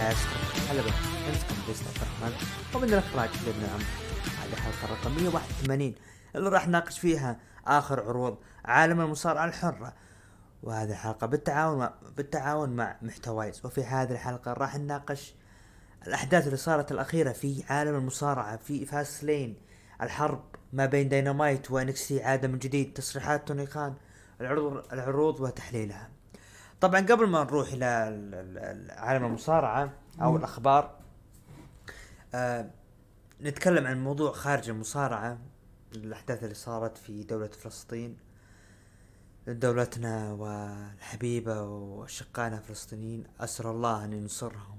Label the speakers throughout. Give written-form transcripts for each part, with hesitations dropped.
Speaker 1: هلا بك. امسكم بيست عبد الرحمن ومن الاخراج لابن عم. هذه حلقه رقم 181 اللي راح نناقش فيها اخر عروض عالم المصارعه الحره، وهذه الحلقه بالتعاون مع محتوايز. وفي هذه الحلقه راح نناقش الاحداث اللي صارت الاخيره في عالم المصارعه في فاست لين، الحرب ما بين داينامايت وانكسي عاده من جديد، تصريحات توني خان، العروض وتحليلها. طبعا قبل ما نروح الى عالم المصارعه او الاخبار، نتكلم عن موضوع خارج المصارعه، الاحداث اللي صارت في دوله فلسطين، دولتنا والحبيبه واشقائنا الفلسطينيين. اسال الله ان ينصرهم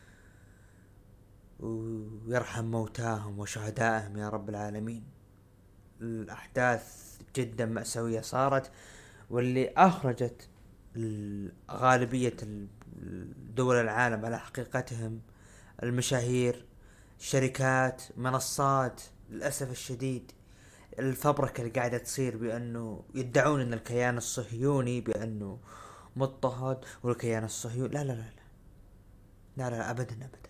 Speaker 1: ويرحم موتاهم وشهدائهم يا رب العالمين. الاحداث جدا مأساوية صارت، واللي اخرجت غالبية دول العالم على حقيقتهم، المشاهير، شركات، منصات. للأسف الشديد الفبركة اللي قاعدة تصير بأنه يدعون أن الكيان الصهيوني بأنه مضطهد، والكيان الصهيوني لا لا لا لا لا, لا أبدا أبدا.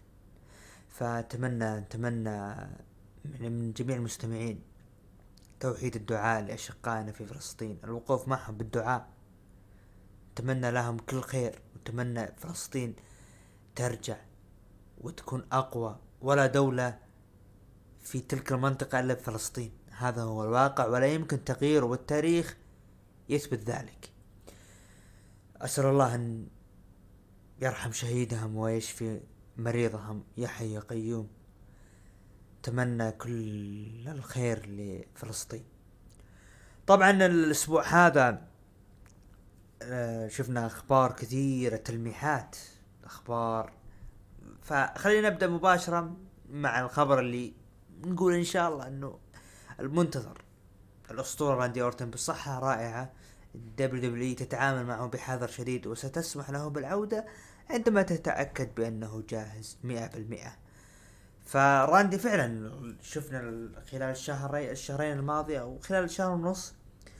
Speaker 1: نتمنى من جميع المستمعين توحيد الدعاء لأشقائنا في فلسطين، الوقوف معهم بالدعاء. نتمنى لهم كل خير، وتمنى فلسطين ترجع وتكون أقوى، ولا دولة في تلك المنطقة إلا بفلسطين. هذا هو الواقع ولا يمكن تغييره، والتاريخ يثبت ذلك. أسأل الله أن يرحم شهيدهم ويشفي مريضهم يا حي يا قيوم. تمنى كل الخير لفلسطين. طبعا الأسبوع هذا شفنا أخبار كثيرة، تلميحات أخبار، فخلينا نبدأ مباشرة مع الخبر اللي نقول إن شاء الله أنه المنتظر. الأسطورة راندي أورتن بصحة رائعة، WWE تتعامل معه بحذر شديد وستسمح له بالعودة عندما تتأكد بأنه جاهز 100%. فراندي فعلا شفنا خلال الشهرين الماضية أو خلال شهر ونص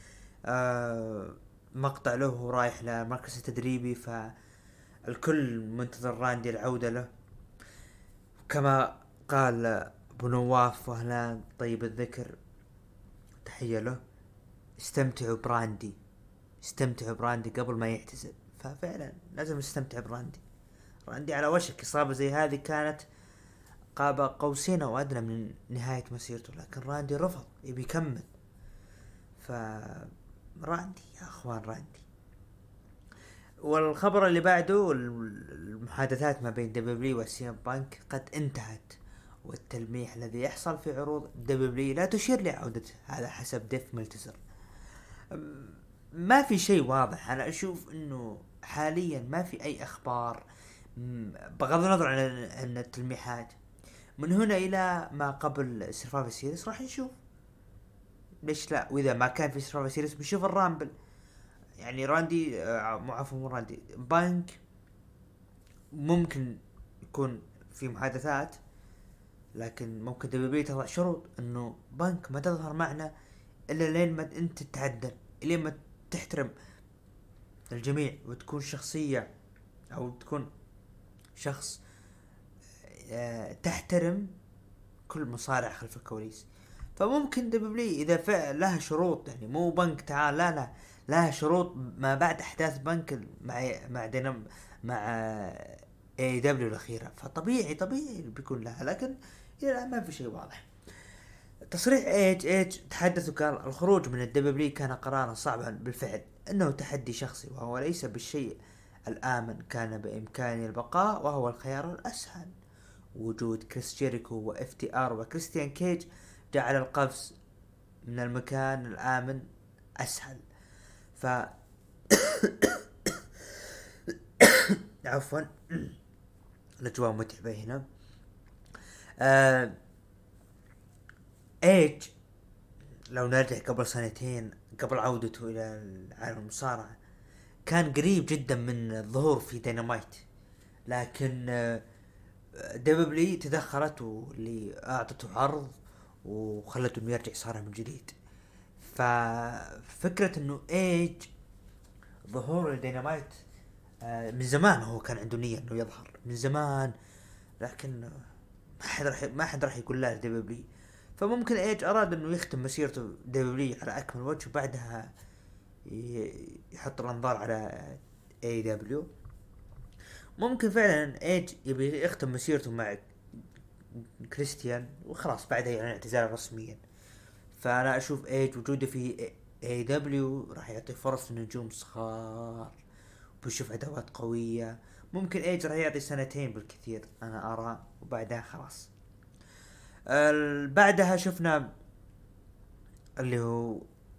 Speaker 1: مقطع له رايح لمركز التدريبي، فالكل منتظر راندي العودة له. كما قال ابو نواف وهنا طيب الذكر، تحية له، استمتعوا براندي قبل ما يعتزل. ففعلا لازم نستمتع براندي. راندي على وشك إصابة زي هذه، كانت قاب قوسين أو أدنى من نهاية مسيرته، لكن راندي رفض يبي يكمل. راندي يا أخوان راندي. والخبر اللي بعده، المحادثات ما بين دبليو وسيام بانك قد انتهت، والتلميح الذي يحصل في عروض دبليو لا تشير لعودة، هذا حسب ديف ملتزر. ما في شيء واضح. أنا أشوف أنه حاليا ما في أي أخبار، بغض النظر عن التلميحات. من هنا إلى ما قبل سيرفايفر سيريس راح نشوف، ليش لا؟ وإذا ما كان في سيرفايفر سيريس بنشوف الرامبل. يعني راندي مو راندي، بانك ممكن يكون في محادثات، لكن ممكن دبليو تضع شروط انه بانك ما تظهر معنا الا لين ما انت تتعدل، لين ما تحترم الجميع وتكون شخصية او تكون شخص تحترم كل مصارع خلف الكواليس. فممكن دبليو اذا فعل لها شروط، يعني مو بنك تعال، لا لها شروط ما بعد احداث بنك مع اي دبليو الاخيره، فطبيعي بيكون لها. لكن الى ما في شيء واضح. تصريح ايج تحدث قال الخروج من الدبليو كان قرارا صعبا بالفعل، انه تحدي شخصي وهو ليس بالشيء الآمن، كان بإمكاني البقاء وهو الخيار الأسهل. وجود كريس جيريكو واف تي ار وكريستيان كيج جعل القفز من المكان الآمن أسهل. عفوا الأجواء متعبة هنا. ايج لو نرجع قبل سنتين قبل عودته إلى عالم المصارعة كان قريب جدا من الظهور في دينامايت، لكن دبليو تدخلت واللي اعطته عرض وخلته انه يرجع يصارع من جديد. ففكرة انه ايج ظهور الدينامايت من زمان هو كان عنده نية انه يظهر من زمان، لكن ما حد راح يقول لا دبليو. فممكن ايج اراد انه يختم مسيرته دبليو على اكمل وجه، وبعدها يحط الانظار على اي دبليو. ممكن فعلا ايج يبي يختم مسيرته مع كريستيان وخلاص بعدها يعني اعتزال رسميا. فانا اشوف ايج وجوده في اي دبليو راح يعطي فرص لنجوم صغار، بنشوف ادوات قوية. ممكن ايج راح يعطي سنتين بالكثير انا ارى، وبعدها خلاص. بعدها شفنا اللي هو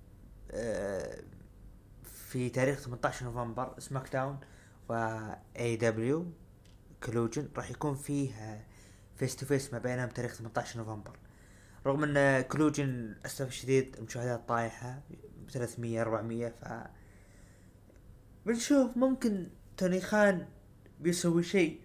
Speaker 1: في تاريخ 18 نوفمبر سماك داون و اي دبليو كلوجن راح يكون فيه فيس تو فيس ما بينهم تاريخ 18 نوفمبر. رغم ان كلوجن للاسف الشديد المشاهدات طايحة 300 400، ف بنشوف ممكن توني خان بيسوي شيء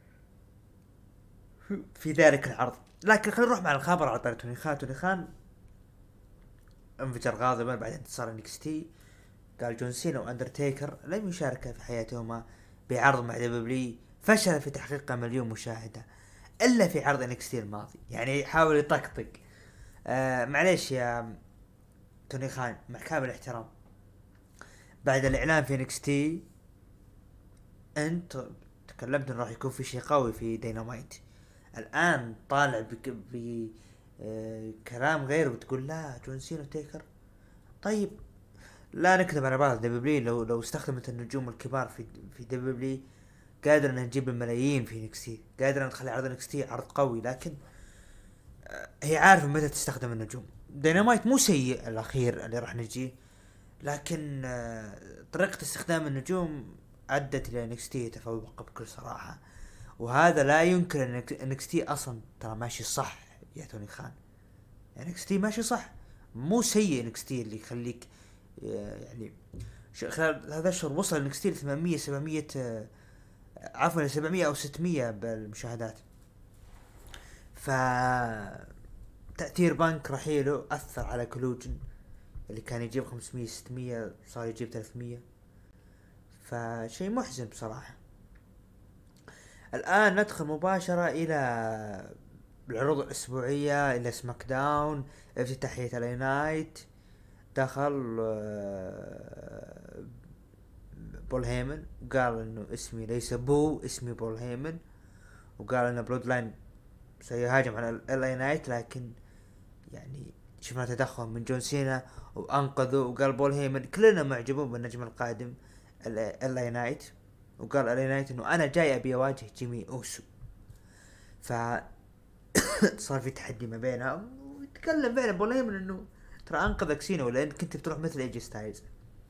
Speaker 1: في ذلك العرض. لكن خلينا نروح مع الخبر على طاري توني خان. توني خان انفجر غاضبا بعد انتصار انكس تي. قال جون سينا واندرتيكر لم يشاركا في حياتهما بعرض مع دبليو، فشل في تحقيق مليون مشاهدة الا في عرض انكس تي الماضي. يعني يحاول يطقطق. معليش يا توني خان مع كامل الاحترام، بعد الاعلان في انكس تي انت تكلمت انه راح يكون في شيء قوي في دينامايت. الان طالع كلام غير وتقول لا جون سينا تيكر. طيب لا نكذب على بعض، دبليو لو استخدمت النجوم الكبار في دبليو قادر انها تجيب الملايين في نكستي، قادر ان تخلي عرض نكستي عرض قوي. لكن هي عارفه متى تستخدم النجوم. دينامايت مو سيء الاخير اللي راح نجي، لكن طريقة استخدام النجوم ادت الى نكستي تفوق بكل صراحة. وهذا لا ينكر ان نكستي اصلا ترى ماشي صح يا توني خان. نكستي ماشي صح، مو سيء نكستي اللي يخليك يعني خلال هذا الشهر وصل نكستي 800 700 عفوا 700 او 600 بالمشاهدات. ف تأثير بانك رحيله اثر على كلوجن اللي كان يجيب 500 600 صار يجيب 300. فشيء محزن بصراحة. الان ندخل مباشرة الى العروض الاسبوعية، الى سماك داون افتتاحية الاي نايت. دخل بول هيمن قال انه اسمي ليس بو، اسمي بول هيمن. وقال ان بلود لاين سيهاجم على الاي نايت، لكن يعني شفنا تدخل من جون سينا وانقذه. وقال بول هيمن كلنا معجبون بالنجم القادم الاي نايت. وقال الاي نايت انه انا جاي ابي اواجه جيمي اوسو. ف صار في تحدي ما بينها، ويتكلم فعلا بول هيمن انه ترى انقذك سينا ولا انت كنت بتروح مثل ايجي ستايلز.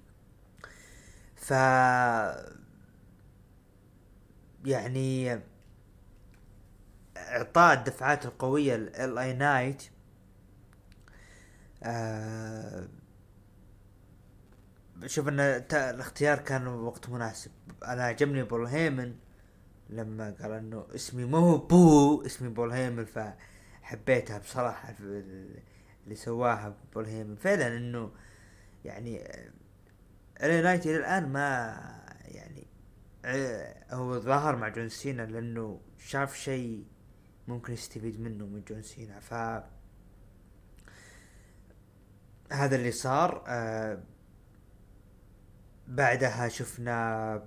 Speaker 1: ف يعني اعطاء الدفعات القوية الاي نايت شوف ان الاختيار كان وقت مناسب. انا عجبني بول هيمن لما قال انه اسمي مو بو، اسمي بول هيمن، فحبيتها بصراحة اللي سواها بول هيمن فعلا. انه يعني الاي نايت الى الان ما يعني هو ظهر مع جون سينا لانه شاف شيء ممكن يستفيد منه من جون سينا. ف هذا اللي صار. بعدها شفنا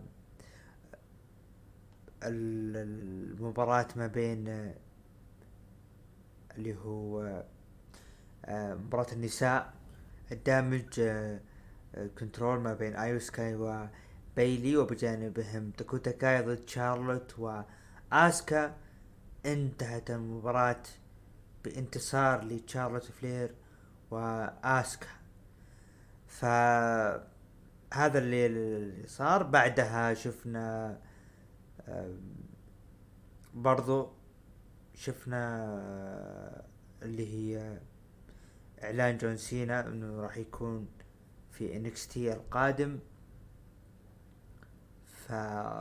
Speaker 1: المباراة ما بين اللي هو مباراة النساء الدامج كنترول ما بين ايو سكاي وبايلي، وبجانبهم داكوتا كاي ضد شارلوت واسكا. انتهت المباراة بانتصار لشارلوت فلير واسكا. فهذا اللي صار. بعدها شفنا برضو شفنا اللي هي اعلان جون سينا انه راح يكون في انكستي القادم. ف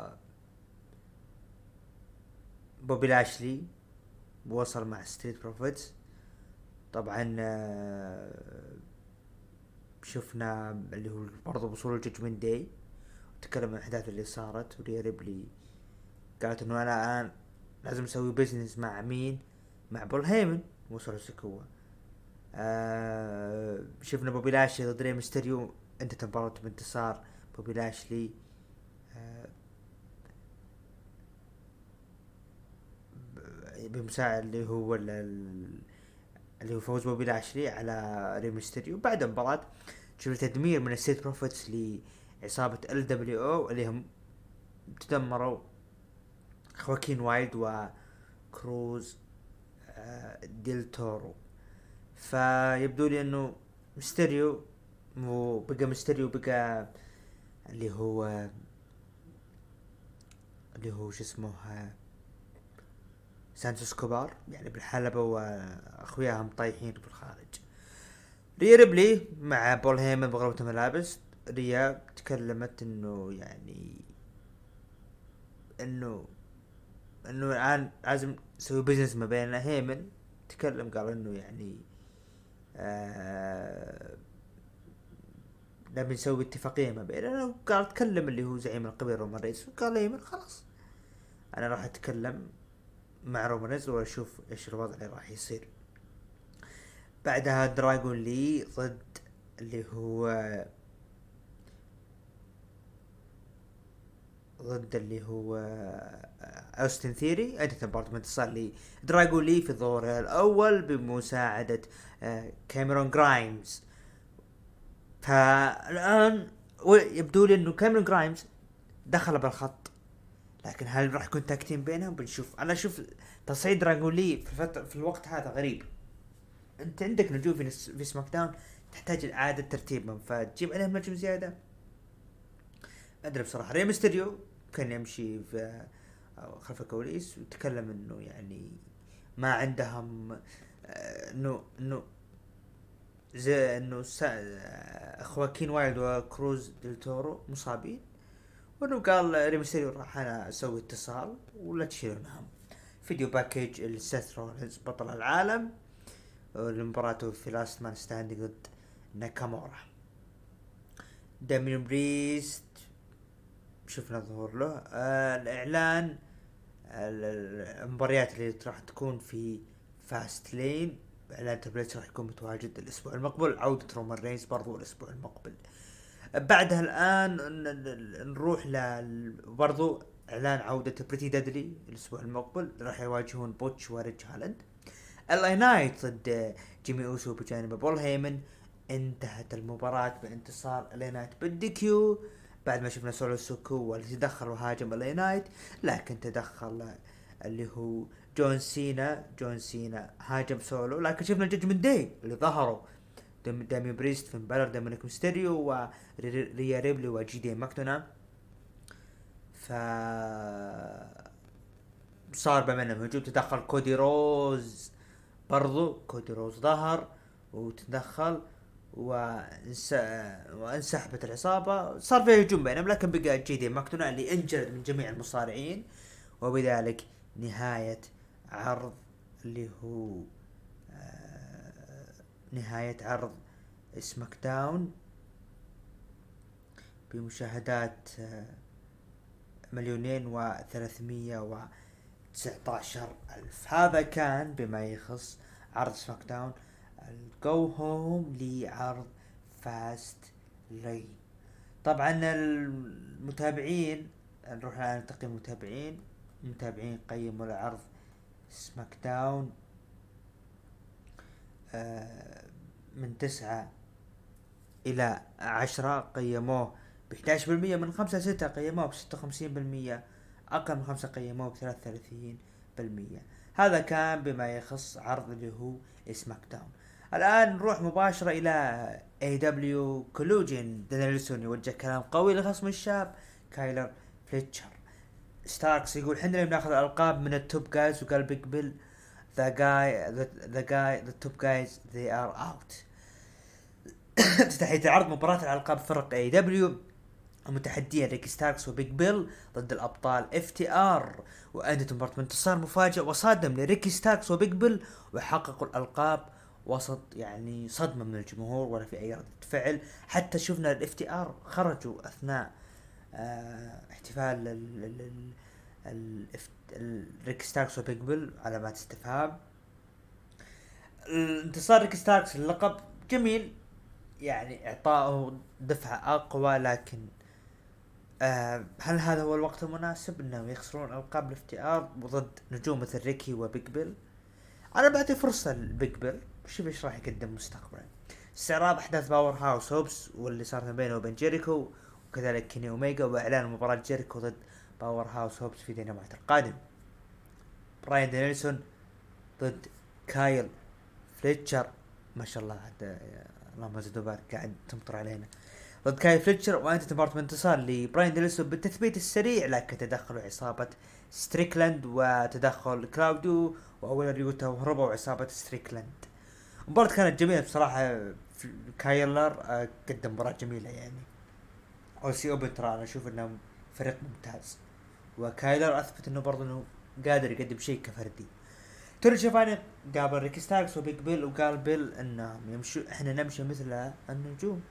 Speaker 1: بوبي لاشلي وصل مع ستريت بروفيتس. طبعا شفنا اللي هو برضو وصول الججمنت داي. تكلم عن الأحداث اللي صارت. وريا ريبلي قالت إنه أنا الآن لازم أسوي بيزنس مع مين؟ مع بول هيمن وسولو سيكوا. شفنا بوبي لاشلي ضد ري ميستيريو، انتهت المباراة بانتصار بوبي لاشلي. بمساعد اللي هو فوز بوبي لاشلي على ري ميستيريو. بعد المباراة شفنا تدمير من السيت بروفيتس لعصابة LWO اللي هم تدمروا خواكين وايلد وكروز ديل تورو. فيبدو لي انه ميستيريو ميستيريو بقى اللي هو شو اسمه سانتوس كوبار يعني بالحلبة، واخوياهم طايحين بالخارج. ريا ريبلي مع بول هيمن بغرفة ملابس. ريا تكلمت انه يعني انه الان لازم نسوي بزنس ما بيننا. هيمن تكلم قال انه يعني نبي نسوي اتفاقية ما بيننا. وقال تكلم اللي هو زعيم القبيلة رومان رينز، وقال هيمن خلاص انا راح اتكلم مع رومان رينز واشوف ايش الوضع اللي راح يصير. بعدها دراغون لي ضد اللي هو اوستن ثيري. ادت مباراة انتصار لي دراغون لي في الظهور الاول بمساعدة كاميرون جرايمز. فالان يبدو لي انه كاميرون جرايمز دخل بالخط، لكن هل راح يكون تاكتين بينهم؟ بنشوف. انا اشوف تصعيد دراغون لي في الوقت هذا غريب. انت عندك نجوم في سماك داون تحتاج اعادة ترتيبهم، فتجيب عليهم نجم زيادة. ادري بصراحة. ري ميستيريو كان يمشي في خلف الكواليس وتكلم انه يعني ما عندهم انه زي انه خواكين وايلد وكروز ديل تورو مصابين، وانه قال ري ميستيريو راح انا اسوي اتصال ولا تشيلونهم. فيديو باكيج لسيث رولينز بطل العالم لمباراته في لاست مان ستاندينج ضد ناكامورا. دامين بريست شفنا ظهور له. الاعلان المباريات اللي راح تكون في فاست لين. اعلان تبليتس راح يكون متواجد الاسبوع المقبل. عودة رومان رينز برضو الاسبوع المقبل. بعدها الان نروح برضو اعلان عودة بريتي دادلي الاسبوع المقبل. راح يواجهون بوتش وريج هالاند. الاي نايت ضد جيمي اوسو بجانب بول هيمن. انتهت المباراة بانتصار الاي نايت بالديكيو بعد ما شفنا سولو سوكو اللي تدخل وهاجم الاي نايت، لكن تدخل اللي هو جون سينا هاجم سولو. لكن شفنا الجاجمنت داي اللي ظهروا دامي بريست، فين بالر، دومينيك ميستيريو وريا ريبلي وجي دي ماكدونا. ف صار بينهم هجوم. تدخل كودي روز، برضو كودي روز ظهر وتدخل وانسحبت العصابة. صار فيه هجوم بينهم، لكن بقى جي دي ماكدونا اللي انجلد من جميع المصارعين. وبذلك نهاية عرض اللي هو نهاية عرض سماك داون بمشاهدات 2,319,000. هذا كان بما يخص عرض سماك داون. الجو هوم لعرض فاست لين. طبعا المتابعين نروح الان تقييم المتابعين قيموا العرض سماك داون من 9 إلى 10 قيموه ب11%، من 5 6 قيموه ب56%، أقل من 5 قيموه ب33%. هذا كان بما يخص عرض اللي هو سماك داون. الآن نروح مباشرة إلى AW كولوجين. دانيلسون يوجه كلام قوي لخصم الشاب كايلر فليتشر. ستاركس يقول حنا بناخذ الألقاب من التوب جايز، وقال بيج بيل the top guys they are out. تحت عرض مباراة الألقاب فرق AW المتحدية ريكي ستاركس وبيج بيل ضد الأبطال FTR. وأدت مباراة بانتصار مفاجئ وصادم لريكي ستاركس وبيج بيل، وحققوا الألقاب وسط يعني صدمة من الجمهور ولا في أي ردة فعل. حتى شفنا FTR خرجوا أثناء احتفال ريك ستاركس وبيج بيل علامات استفهام. انتصار ريك ستاركس اللقب جميل، يعني اعطائه دفعة اقوى، لكن هل هذا هو الوقت المناسب انهم يخسرون القاب الاف ار ضد نجوم مثل ريكي وبيج بيل؟ انا بعطي فرصة لبيج بيل، شوف ايش راح يقدم مستقبلا. استعراض احداث باور هاوس هوبس واللي صار ما بينه وبين جيريكو، وكذلك كيني اوميجا، واعلان مباراة جيريكو ضد باور هاوس هوبس في ديناميت القادم. براين دانيلسون ضد كايل فليتشر، ما شاء الله هذا اللهم زد وبارك قاعد تمطر علينا، ضد كايل فليتشر. وانت تمرت بانتصار لبراين دانيلسون بالتثبيت السريع، لكن تدخل عصابة ستريكلاند وتدخل كلاوديو واول ريوتا وهربوا عصابة ستريكلاند. المباراة كانت جميلة بصراحة. كايلر قدم مباراة جميلة يعني. اوسي اوبن ترى انا اشوف انه فريق ممتاز، وكايلر اثبت انه برضه انه قادر يقدم شيء كفردي. توني شيفاني قابل ريكي ستاركس وبيج بيل، وقال بيل انهم يمشوا، احنا نمشي مثل النجوم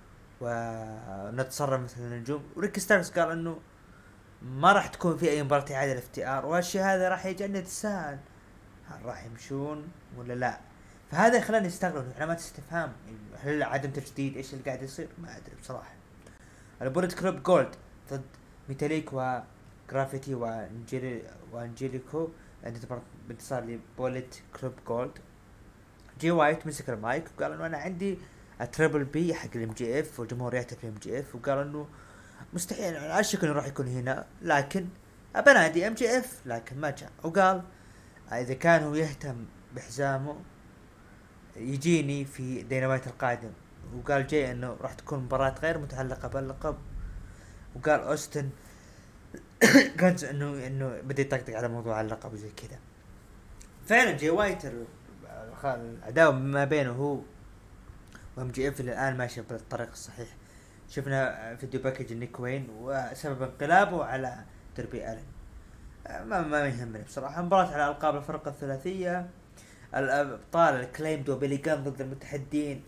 Speaker 1: ونتصرف مثل النجوم. وريكي ستاركس قال انه ما راح تكون في اي مباراة اعادة اف تي ار، والشيء هذا راح يجعلنا نتساءل هل راح يمشون ولا لا. فهذا خلاني استغرب علامات استفهام، هل عدم تجديد؟ ايش اللي قاعد يصير؟ ما ادري بصراحة. البوليت كلوب جولد ضد ميتاليك وجرافيتي وانجيليكو، عند بانتصار لبوليت كلوب جولد. جي وايت مسك المايك وقال انه انا عندي التريبل بي حق الام جي اف والجمهور يعترف الام جي اف، وقال انه مستحيل، انا اشك انه راح يكون هنا، لكن ابنادي ام جي اف، لكن ما جاء. وقال اذا كان هو يهتم بحزامه يجيني في ديناميت القادم. وقال جاي انه راح تكون مباراة غير متعلقة باللقب. وقال اوستن كان انه بدا يطقطق على موضوع اللقب وزي كذا. فعلا جاي وايت العداوة ما بينه هو وام جي اف الان ماشي بالطريق الصحيح. شفنا فيديو باكج نيك وين وسبب انقلابه على دربي الن. ما يهمني بصراحة. مباراة على القاب الفرق الثلاثية، الابطال الكليمد وبيلي جان ضد المتحدين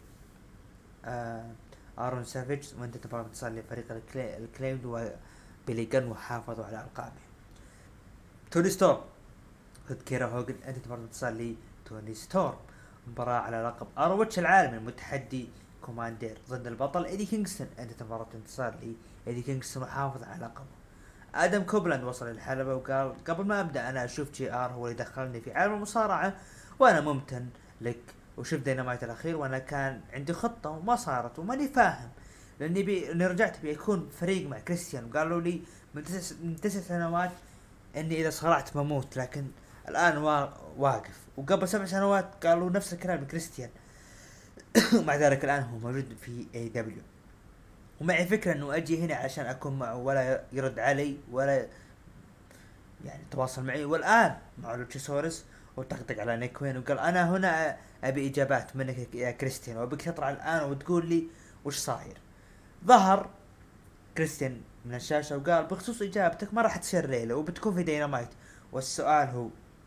Speaker 1: ارون سافيج، وانت تبغى تصل لفريق الكليمد وبيلي جان وحافظوا على القابه. توني ستورم ضد كيرا هوجن، انت تبغى تصل لي توني ستورم. مباراة على لقب اروتش العالمي، المتحدي كوماندير ضد البطل ايدي كينغستون، انت تبغى تنتصر لي ايدي كينغستون وحافظ على لقبه. ادم كوبلاند وصل للحلبة وقال قبل ما ابدا انا اشوف جي ار هو اللي دخلني في عالم المصارعة، وانا ممتن لك. وشوف ديناميت الاخير وانا كان عندي خطة وما صارت وماني فاهم، لاني رجعت بيكون فريق مع كريستيان، وقالوا لي من 9 سنوات اني اذا صرعت بموت، لكن الان واقف. وقبل 7 سنوات قالوا نفس الكلام لكريستيان ومع ذلك الان هو موجود في اي دبليو. ومعي فكرة انه اجي هنا عشان اكون معه ولا يرد علي ولا يعني تواصل معي. والان مع لوتشيسورس وطقطق على نيك وين وقال انا هنا ابي اجابات منك يا كريستيان، وابيك تطلع الان وتقول لي وش صاير. ظهر كريستيان من الشاشة وقال بخصوص اجابتك ما راح تصير ليلة وبتكون في ديناميت، والسؤال هو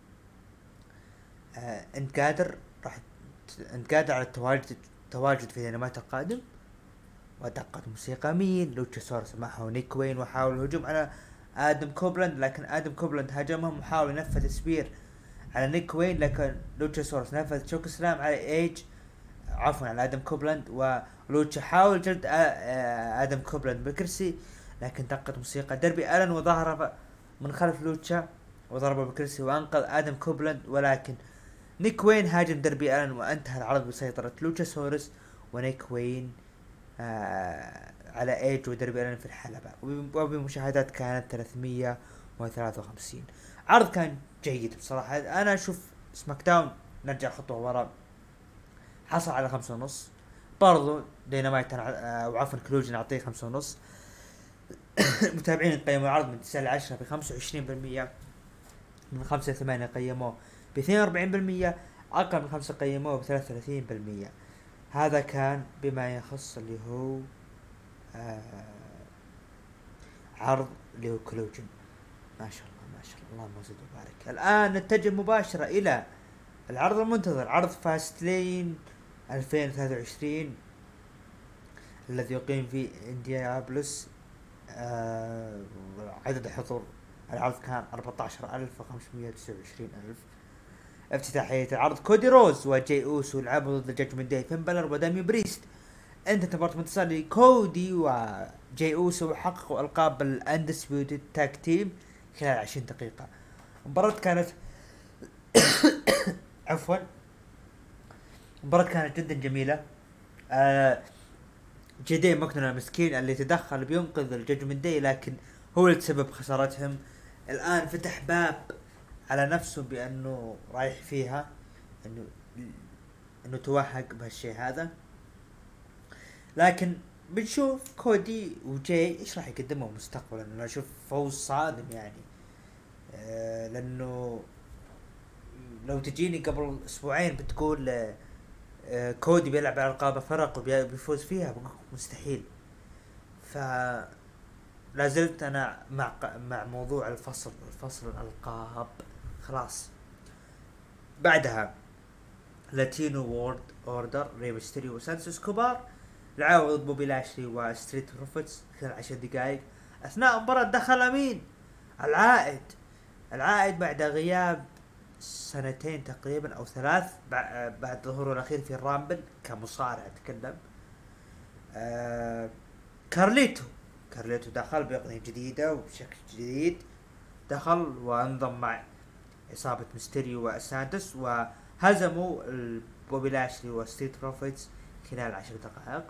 Speaker 1: انت قادر على التواجد في ديناميت القادم؟ ودقت موسيقى مين لوتشيسورس معه نيك وين، وحاول الهجوم على ادم كوبلاند، لكن ادم كوبلاند هاجمهم وحاول ينفذ سبير على نيك وين، لكن لوتشيسورس نفذ شوك سلام على ايج، عفوا على ادم كوبلاند. ولوتشا حاول جلد ادم كوبلاند بالكرسي، لكن دقت موسيقى دربي الن وظهر من خلف لوتشا وضربه بالكرسي وانقذ ادم كوبلاند. ولكن نيك وين هاجم دربي الن وانتهى العرض بسيطرة لوتشيسورس ونيك وين على ايج ودربي الن في الحلبة. وبمشاهدات كانت 353. عرض كان جيد بصراحة. انا اشوف سماك داون نرجع خطوة وراء، حصل على 5.5. برضو دينامايت وعفوا كلوجن اعطيه 5.5. متابعين قيموا العرض من 9 ل 10 ب 25%، من 5 ل 8 قيموه ب 42%، اقل من 5 قيموه ب 33%. هذا كان بما يخص اللي هو عرض اللي هو كلوجن. ما شاء الله اللهم زد وبارك. الان نتجه مباشرة الى العرض المنتظر، عرض فاست لين 2023 الذي يقيم في انديانابوليس آه عدد حضور العرض كان 14529 ألف. افتتاحية العرض كودي روز وجاي اوسو لعبوا ضد جاجمنت داي، فين بلر ودامي بريست. انت مباراة انتصار لكودي وجاي اوسو وحققوا القاب الاندسبيوتد تاك تيم خلال 20 دقيقة. المباراة كانت عفوا المباراة كانت جدا جميلة. جدي مقنع مسكين اللي تدخل بينقذ الجاجمنت داي، لكن هو اللي تسبب خسارتهم. الان فتح باب على نفسه بانه رايح فيها، انه توهق بهالشيء هذا. لكن بنشوف كودي وجاي ايش راح يقدموا مستقبلا. انا اشوف فوز صادم يعني. لانه لو تجيني قبل اسبوعين بتقول كودي بيلعب على القاب فرق وبيفوز فيها، بقول مستحيل. ف لازلت انا مع موضوع الفصل الالقاب خلاص. بعدها لاتينو وورد اوردر ريمستيريو وسانسوس كوبار لعبوا ضد بوبي لاشلي وستريت بروفيتس خلال 10 دقائق. اثناء المباراة دخل امين العائد بعد غياب سنتين تقريبا او 3 بعد ظهوره الاخير في الرامبل كمصارع. اتكلم كارليتو دخل بأغنية جديدة وبشكل جديد. دخل وانضم مع إصابة ميستيريو وسانتوس وهزموا بوبي لاشلي وستريت بروفيتس خلال 10 دقائق.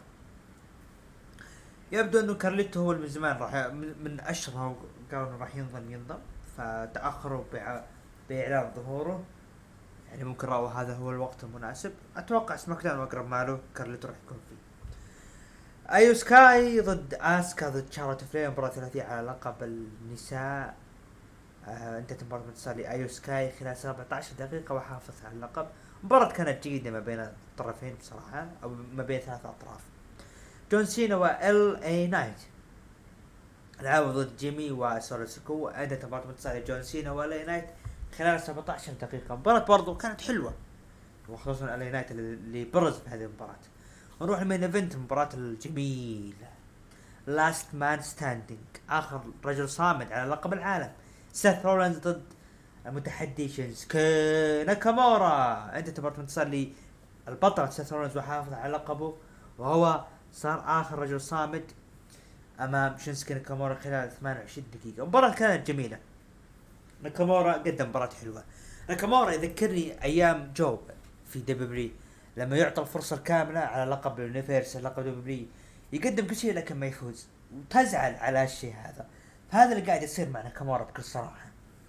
Speaker 1: يبدو انه كارليتو هو من زمان راح من اشهر قالوا انه راح ينضم، فتأخروا بإعلان ظهوره. يعني ممكن رأوا هذا هو الوقت المناسب. اتوقع سماك داون اقرب ماله كارليتو راح يكون فيه. ايو سكاي ضد اسكا ضد شارلوت فلير، مباراة ثلاثية على لقب النساء. انتهت مباراة بانتصار لايو سكاي خلال 17 دقيقة وحافظ على اللقب. مباراة كانت جيدة ما بين الطرفين بصراحة، او ما بين 3 اطراف. جون سينا وال اي نايت لعبوا ضد جيمي وسولوسكو. انتهت مباراة بانتصار جون سينا وال اي نايت خلال 17 دقيقة. مباراة برضو كانت حلوة، وخصوصا ال اي نايت اللي برز في هذه المباراة. ونروح لمين ايفنت، المباراة الجميلة لاست مان ستاندينج، اخر رجل صامد على لقب العالم. سيث رولينز ضد المتحدي شينسكي ناكامورا. انت تبغى انتصار لي البطل سيث رولينز وحافظ على لقبه، وهو صار اخر رجل صامد امام شينسكي ناكامورا خلال 28 دقيقة. المباراة كانت جميلة. ناكامورا قدم مباراة حلوة. ناكامورا يذكرني ايام جو في دبليو، لما يعطى الفرصة الكاملة على لقب اليونيفرسال، لقب دبليو، يقدم كل شيء لكن ما يفوز، وتزعل على الشيء هذا. فهذا اللي قاعد يصير مع ناكامورا بكل صراحة.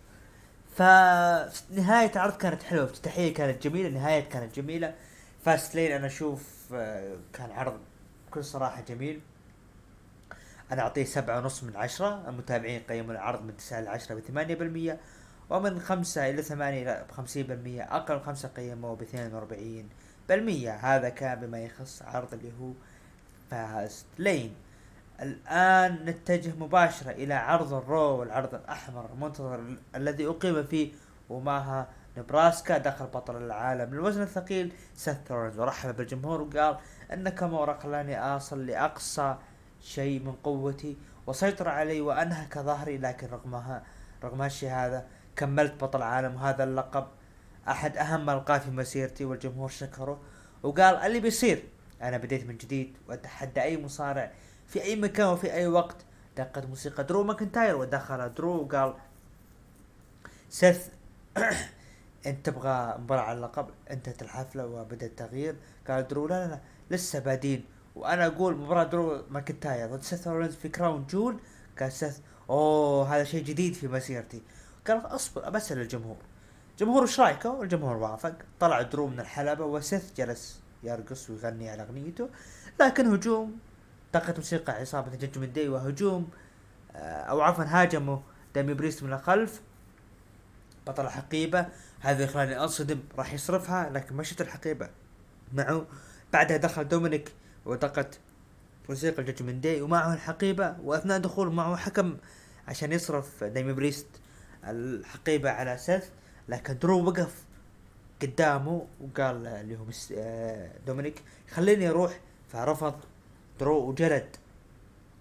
Speaker 1: فنهاية العرض كانت حلوة، افتتاحية كانت جميلة، نهاية كانت جميلة. فاست لين انا اشوف كان عرض بكل صراحة جميل. انا اعطيه 7.5/10. المتابعين قيموا العرض من 9 إلى 10 ب8%، ومن 5 إلى 8 ب50%. اقل 5 قيموا ب42%. هذا كان بما يخص عرض اللي هو فاست لين. الآن نتجه مباشرة إلى عرض الرو والعرض الأحمر المنتظر الذي أقيم فيه وماها نبراسكا. دخل بطل العالم للوزن الثقيل سيث رولينز ورحب بالجمهور وقال أن كامورا خلاني أصل لأقصى شيء من قوتي وسيطر علي وأنهك ظهري، لكن رغم هالشيء هذا كملت بطل عالم، وهذا اللقب أحد أهم ألقاب في مسيرتي. والجمهور شكره وقال اللي بيصير أنا بديت من جديد وأتحدى أي مصارع في اي مكان وفي اي وقت. دقت موسيقى درو ماكنتاير ودخل درو وقال سيث انت تبغى مباراة على اللقب. انتهت الحفلة وبدأ التغيير. قال درو لا لسه بادين. وانا اقول مباراة درو ماكنتاير ضد سيث رولينز في كراون جول. قال سيث اوه هذا شيء جديد في مسيرتي. قال اصبر بسأل الجمهور. جمهور ايش رايكم؟ والجمهور وافق. طلع درو من الحلبة وسيث جلس يرقص ويغني على اغنيته. لكن هجوم دقت موسيقى عصابة جاجمنت داي وهجوم او عفوا هاجموا دامي بريست من الخلف بطل الحقيبة. هذا يخلاني انصدم، راح يصرفها لكن مشت الحقيبة معه. بعدها دخل دومينيك ودقت موسيقى جاجمنت داي ومعه الحقيبة، واثناء دخول معه حكم عشان يصرف دامي بريست الحقيبة على سيث، لكن درو وقف قدامه وقال اللي هو دومينيك خليني اروح، فرفض درو وجلد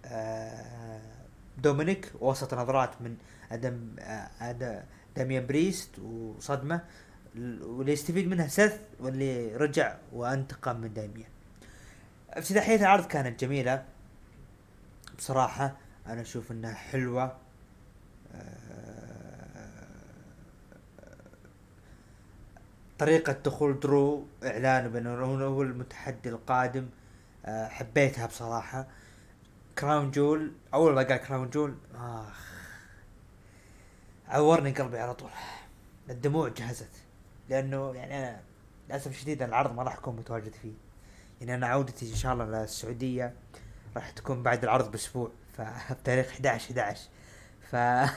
Speaker 1: دومينيك وسط نظرات من ادم داميان بريست وصدمه، واللي يستفيد منها سيث واللي رجع وانتقم من داميان. افتتاحية العرض كانت جميلة بصراحة، انا اشوف انها حلوة. طريقة دخول درو اعلانه بانه هو المتحدي القادم حبيتها بصراحة. كراون جول، اول ما قال كراون جول عورني قلبي على طول، الدموع جهزت، لانه يعني انا للاسف شديد العرض ما راح اكون متواجد فيه. يعني انا عودتي ان شاء الله للسعودية راح تكون بعد العرض باسبوع، فبتاريخ 11/11. ف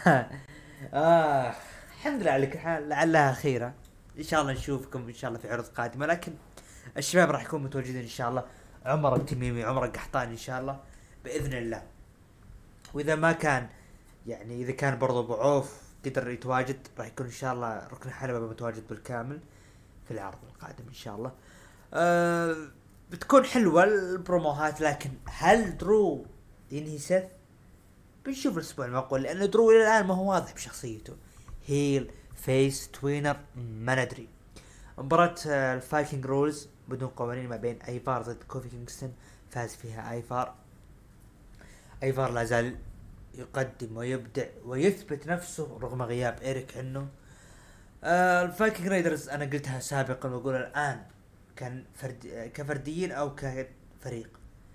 Speaker 1: الحمد لله على كل حال، لعلها خيرة. ان شاء الله نشوفكم ان شاء الله في عروض قادمة، لكن الشباب راح يكونوا متواجدين ان شاء الله. عمر التميمي، عمر القحطاني ان شاء الله باذن الله. واذا ما كان يعني اذا كان برضو ابو عوف قدر يتواجد، راح يكون ان شاء الله ركن حلبة متواجد بالكامل في العرض القادم ان شاء الله. بتكون حلوة البروموهات، لكن هل درو ينهي سيث؟ بنشوف الاسبوع المقبل، لان درو الى الان ما هو واضح بشخصيته، هيل فيس توينر ما ندري. مباراة الفايكنج رولز بدون قوانين ما بين ايفار ضد كوفي كينغستون، فاز فيها ايفار. ايفار لا زال يقدم ويبدع ويثبت نفسه رغم غياب إيريك عنه. الفايكنج رايدرز انا قلتها سابقا واقول الان، كان كفرديين او كفريق.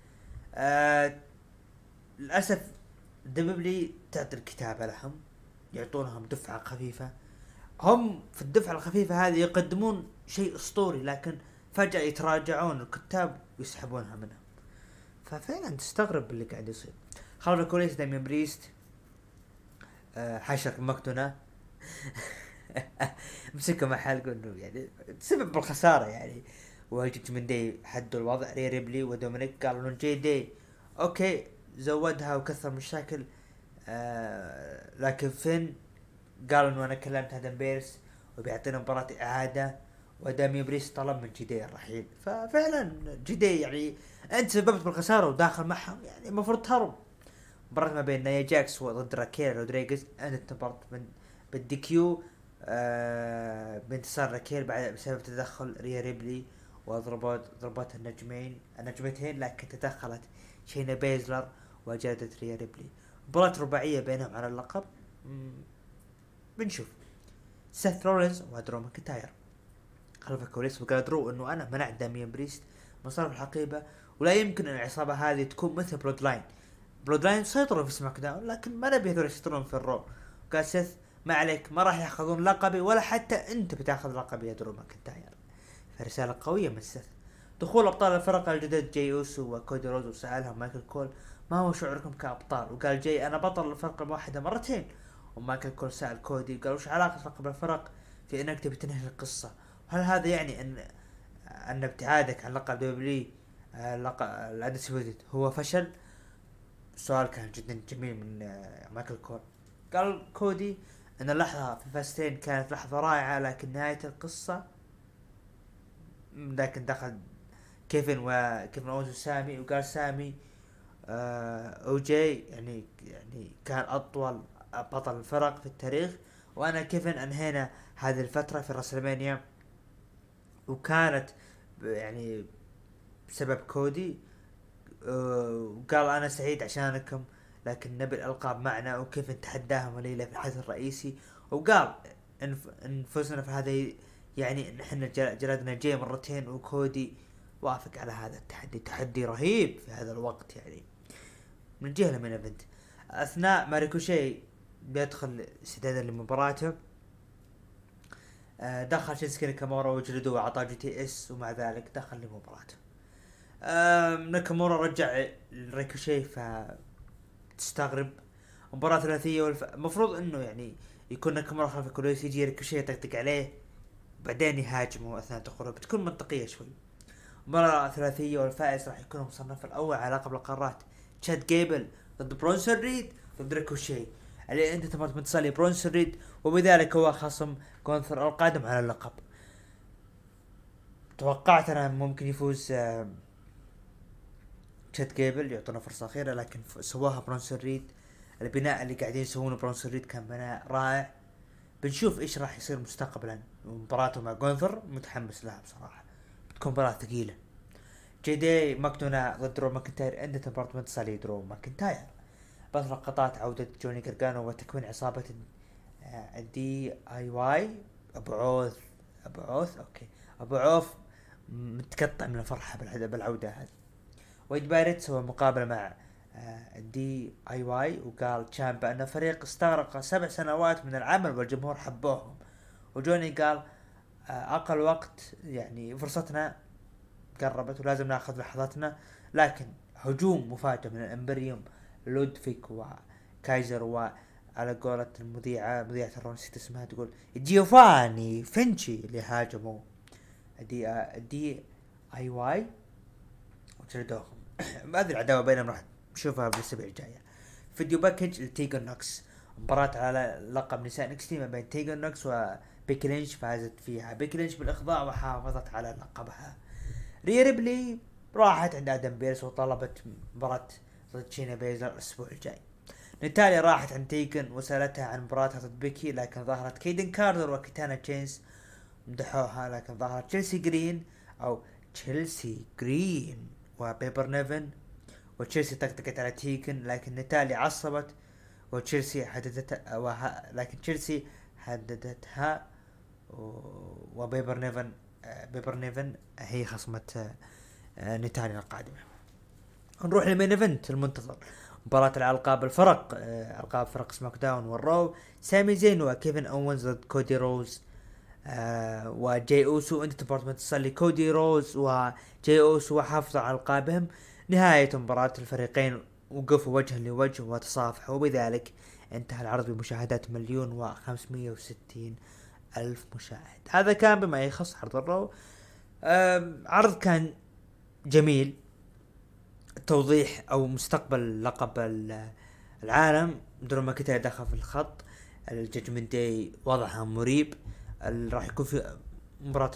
Speaker 1: للاسف دبلي تعطي الكتابة لهم، يعطونهم دفعة خفيفة، هم في الدفعة الخفيفة هذه يقدمون شيء اسطوري، لكن فجأة يتراجعون الكتاب ويسحبونها منهم. ففعلا تستغرب اللي قاعد يصير. خلونا كويس دايمين بريست حشر مقتنا مسكوا محل انه يعني تسبب بالخسارة يعني. وجدت من دي حدوا الوضع، ري ريبلي ودومينيك قالوا انه جي دي اوكي زودها وكثر مشاكل. لكن فين قالوا انه انا كلمت هذا بيرس وبيعطينا مباراة اعادة، ودامي بريس طلب من جدي الرحيل. ففعلا جدي يعني انت سببت بالخسارة وداخل معهم، يعني المفروض تهرب. مباراة ما بين نايا جاكس وضد راكيل رودريغيز انت مباراة من بالدي كيو بانتصار راكيل بعد بسبب تدخل ريا ريبلي وضربات النجمتين، لكن تدخلت شينا بيزلر وجادت ريا ريبلي. مباراة رباعية بينهم على اللقب. بنشوف سيث رولينز ودرو ماكنتاير خلف الكواليس، وقال درو انه انا منعت داميان بريست من صرف الحقيبة، ولا يمكن ان العصابة هذه تكون مثل بلود لاين سيطروا في سماك داون، لكن ما نبي هذول يسيطرون في الرو. قال سيث ما عليك، ما راح ياخذون لقبي ولا حتى انت بتاخذ لقبي يا درو ماكنتاير. فرسالة قوية من سيث. دخول ابطال الفرق الجدد جاي اوسو وكودي روز، وسألهم مايكل كول ما هو شعوركم كابطال، وقال جاي انا بطل الفرقة الموحدة مرتين. ومايكل كول سأل كودي قال وش علاقة لقب الفرق في انك تبي تنهي القصة؟ وهل هذا يعني ان ابتعادك عن لقب دبليو لقب الادسبيوتد هو فشل؟ السؤال كان جدا جميل من مايكل كول. قال كودي ان اللحظة في فاستين كانت لحظة رائعة، لكن نهاية القصة لكن دخل كيفن اوزو سامي، وقال سامي اوجي يعني كان اطول بطل الفرق في التاريخ، وانا كيفن انهينا هذه الفترة في راسلمانيا، وكانت يعني بسبب كودي. وقال انا سعيد عشانكم، لكن نبي الالقاب معنا، وكيف تحداهم ليلة في الحدث الرئيسي. وقال ان فزنا في هذا يعني ان احنا جلدنا جاي مرتين، وكودي وافق على هذا التحدي، تحدي رهيب في هذا الوقت يعني من جهة من ايفنت. اثناء ما ريكوشي بيدخل استعدادا لمباراته دخل شينسكي ناكامورا وجلده وعطاه جي تي اس، ومع ذلك دخل لمباراته. ناكامورا رجع ريكوشي، فتستغرب مباراة ثلاثية المفروض انه يعني يكون ناكامورا خلف الكواليس، يجي ريكوشي يطقطق عليه بعدين يهاجمه اثناء دخوله، بتكون منطقية شوي. مباراة ثلاثية والفائز راح يكون مصنف الاول على لقب القارات، تشاد جيبل ضد برونسون ريد ضد ريكوشي، اللي انت تبغى تنتصر برونسون ريد، وبذلك هو خصم كونثر القادم على اللقب. توقعت انا ممكن يفوز تشات جيبل يعطونا فرصة أخيرة، لكن سواها برونسون ريد. البناء اللي قاعدين يسوونه برونسون ريد كان بناء رائع. بنشوف ايش راح يصير مستقبلا. مباراته مع جونثر متحمس لها بصراحة، بتكون مباراة ثقيلة. جي دي ماكدونا ضد درو ماكنتاير، عندة مباراة متصلة درو ماكنتاير. بث لقطات عودة جوني جرجانو وتكوين عصابة الدي اي واي. ابو عوث اوكي، ابو عوف متقطع من الفرحة بالعودة هذه. ويد بايرت سوى مقابلة مع الدي اي واي، وقال تشامبا ان فريق استغرق 7 سنوات من العمل والجمهور حبوهم. وجوني قال اقل وقت يعني فرصتنا قربت ولازم ناخذ لحظتنا. لكن هجوم مفاجئ من الامبريوم، لودفيك وكايزر، وعلى قولة مذيعة الرون نسيت اسمها، تقول جيوفاني فينشي اللي هاجموا دي اي واي وجلدوهم. هذه العداوة بينهم راح نشوفها بالاسبوع الجاية. فيديو باكج لتيجر نوكس، مباراة على لقب نساء نكستي ما بين تيجر نوكس وبيكي لينش. فازت فيها بيكي لينش بالاخضاع وحافظت على لقبها. ريا ريبلي راحت عند ادم بيرس وطلبت مباراة ضد شينا بيزر الاسبوع الجاي. نتاليا راحت عند تيجن وسألتها عن مباراتها ضد بيكي، لكن ظهرت كيدن كاردر وكيتانا تشينز مدحوها. لكن ظهرت تشيلسي جرين وبيبر نيفن، وتشيلسي طقطقت على تيجن، لكن نتاليا عصبت وتشيلسي حددتها وبيبر نيفن هي خصمة نتاليا القادمة. نروح للمين ايفنت المنتظر، مباراة الألقاب الفرق، ألقاب فرق سماك داون والرو. سامي زين وكيفن أوينز ضد كودي روز وجاي أوسو. انت ديبارتمنت تصلي كودي روز وجاي أوسو وحافظوا على ألقابهم. نهاية مباراة الفريقين وقفوا وجها لوجه وتصافحوا، وبذلك انتهى العرض بمشاهدات 1,560,000 مشاهد. هذا كان بما يخص عرض الرو. عرض كان جميل. توضيح او مستقبل لقب العالم درو ماكنتاير دخل في الخط. الجاجمنت داي وضعها مريب. راح يكون في مباراة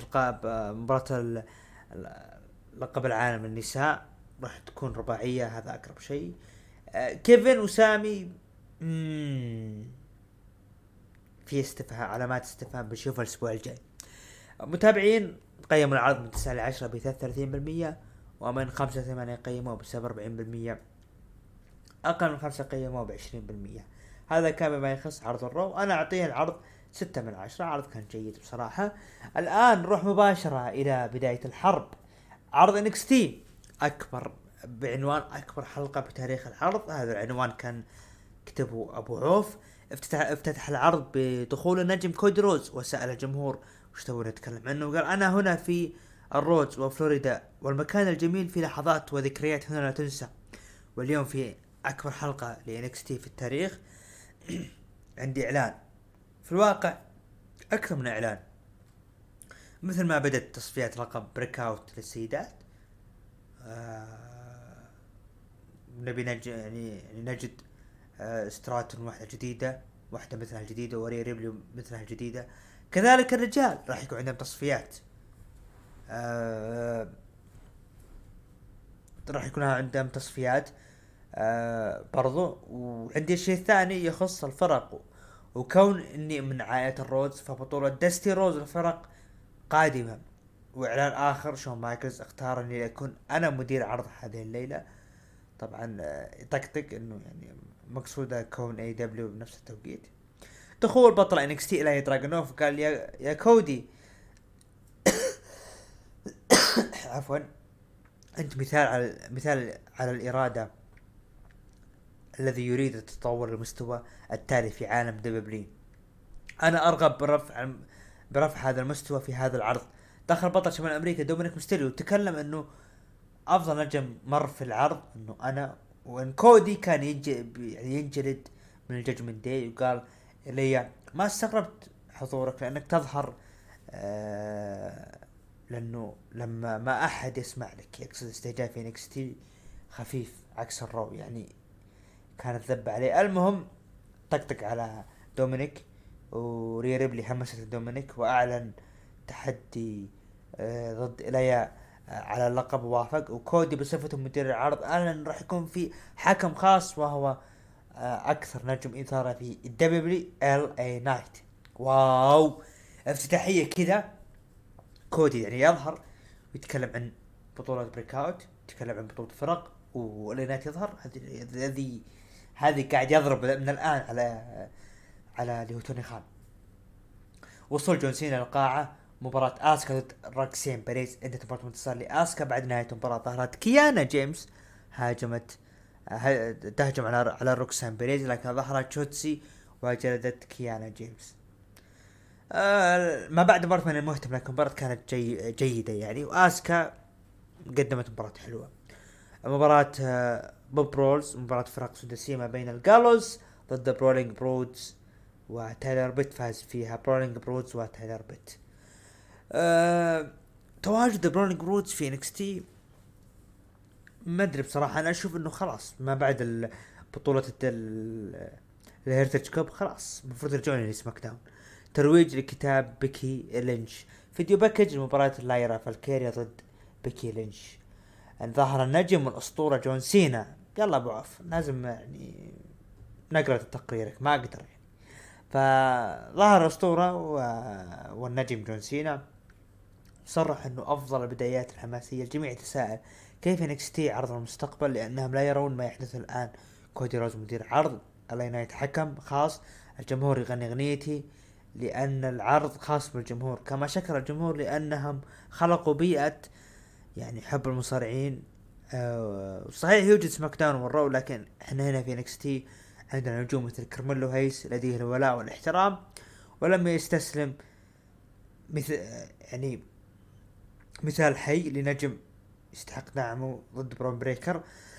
Speaker 1: لقب العالم النساء راح تكون رباعية، هذا اقرب شيء. كيفن وسامي في استفهام، علامات استفهام، بنشوفها الاسبوع الجاي. متابعين قيموا العرض من 9 ل 10 ب 33%، ومن 5 ل 8 قيموه ب 47%، اقل من 5 قيموه ب 20%. هذا كان بما يخص عرض الرو. انا اعطيه العرض 6 من 10. عرض كان جيد بصراحة. الان نروح مباشرة الى بداية الحرب. عرض انكستي اكبر بعنوان اكبر حلقة بتاريخ العرض. هذا العنوان كان كتبه ابو عوف. افتتح العرض بدخول النجم كودي روز وسأل الجمهور وش تبون نتكلم عنه، وقال انا هنا في الروز وفلوريدا، والمكان الجميل في لحظات وذكريات هنا لا تنسى. واليوم في اكبر حلقة لإنكستي في التاريخ. عندي اعلان، في الواقع اكثر من اعلان. مثل ما بدت تصفيات لقب بريك اوت للسيدات، نبي نجد ستراتون واحدة جديدة، واحدة مثلها الجديدة، وري ريبلي مثلها الجديدة. كذلك الرجال راح يكون عندهم تصفيات، راح يكون عندهم تصفيات برضو. وعندي الشيء الثاني يخص الفرق، وكون اني من عائلة الروز فبطولة دستي روز الفرق قادمة. واعلان اخر، شون مايكلز اختار اني اكون انا مدير عرض هذه الليلة. طبعا يطقطق انه يعني مقصودة كون اي دبليو بنفس التوقيت. دخول بطل انكستي الى دراغونوف، قال يا كودي عفوا، انت مثال على الارادة الذي يريد التطور المستوى التالي في عالم دبليو. انا ارغب برفع هذا المستوى في هذا العرض. دخل بطل شمال امريكا دومينيك ميستيريو تكلم انه افضل نجم مر في العرض انه انا، وان كودي كان ينجلد من الجاجمنت داي، وقال لي ما استغربت حضورك لانك تظهر لانه لما ما احد يسمع لك. يقصد استهجان في NXT خفيف عكس الرو، يعني كانت ذب عليه. المهم طقطق على دومينيك، وريا ريبلي همست دومينيك واعلن تحدي ضد إليا على اللقب ووافق. وكودي بصفته مدير العرض اعلن راح يكون في حكم خاص وهو اكثر نجم اثارة في الدبليو ال اي نايت. واو، افتتاحية كذا. كودي يعني يظهر ويتكلم عن بطولة بريك اوت، يتكلم عن بطولة فرق، والينات يظهر. هذه قاعد يضرب من الان على اللي هو توني خان. وصل جون سينا للقاعة. مباراة اسكا ضد راكسين باريس، انتهت مباراة انتصار لاسكا. بعد نهاية المباراة ظهرت كيانا جيمس هاجمت تهجم على روكسان بيريز، لكن ظهرت شوتسي وجلدت كيانا جيمس. ما بعد مباراة من المهتم، لكن مباراة كانت جيدة يعني. واسكا قدمت مباراة حلوة. مباراة بوب برولز، مباراة فرق سداسية ما بين الجالوز ضد برولينج برودز وتايلر بيت. فاز فيها برولينج برودز وتايلر بيت. تواجد برولينج برودز في انكس تي ما ادري بصراحة. انا اشوف انه خلاص ما بعد بطولة الهيرتج كوب خلاص المفروض يرجعون لسماك داون. ترويج لكتاب بيكي لينش. فيديو باكج لمباراة لايرا فالكيريا ضد بيكي لينش. ظهر النجم والاسطورة جون سينا. يلا ابو عف، لازم يعني نقرأ تقريرك، ما اقدر يعني. فظهر الاسطورة والنجم جون سينا صرح انه افضل البدايات الحماسية. الجميع يتساءل كيف NXT عرض المستقبل، لانهم لا يرون ما يحدث الان. كودي روز مدير عرض، الاي نايت حكم خاص، الجمهور يغني اغنيتي لان العرض خاص بالجمهور. كما شكر الجمهور لانهم خلقوا بيئة يعني حب المصارعين. صحيح يوجد سماك داون والرو، لكن احنا هنا في NXT عندنا نجوم مثل كارميلو هيس لديه الولاء والاحترام ولم يستسلم. مثل يعني مثال حي لنجم يستحق دعمه ضد برون بريكر.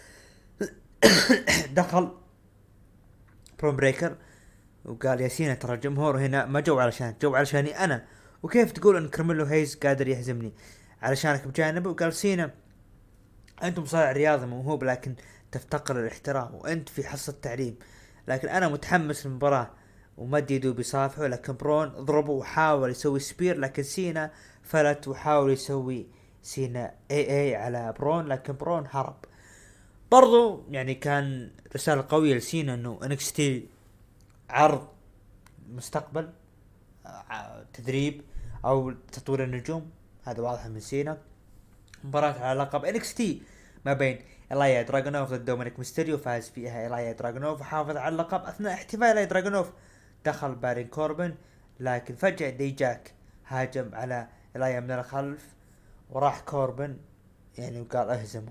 Speaker 1: دخل برون بريكر وقال يا سينا ترى الجمهور هنا ما جو علشاني انا، وكيف تقول ان كارميلو هيز قادر يهزمني علشانك بجانبه. وقال سينا انت مصارع رياضي موهوب لكن تفتقر الاحترام، وانت في حصة تعليم، لكن انا متحمس للمباراة. ومد يده بيصافحه، لكن برون ضربه وحاول يسوي سبير، لكن سينا فلت وحاول يسوي سينا اي على برون، لكن برون هرب. برضو يعني كان رسالة قوية لسينا انه انكستي عرض مستقبل، تدريب او تطوير النجوم. هذا واضح من سينا. مباراة على لقب انكستي ما بين إلايا دراغونوف ضد دومينيك ميستيريو. فاز فيها إلايا دراغونوف وحافظ على اللقب. اثناء احتفال إلايا دراغونوف دخل بارين كوربن، لكن فجأة دي جاك هاجم على إلايا من الخلف، وراح كوربن يعني وقال اهزمه.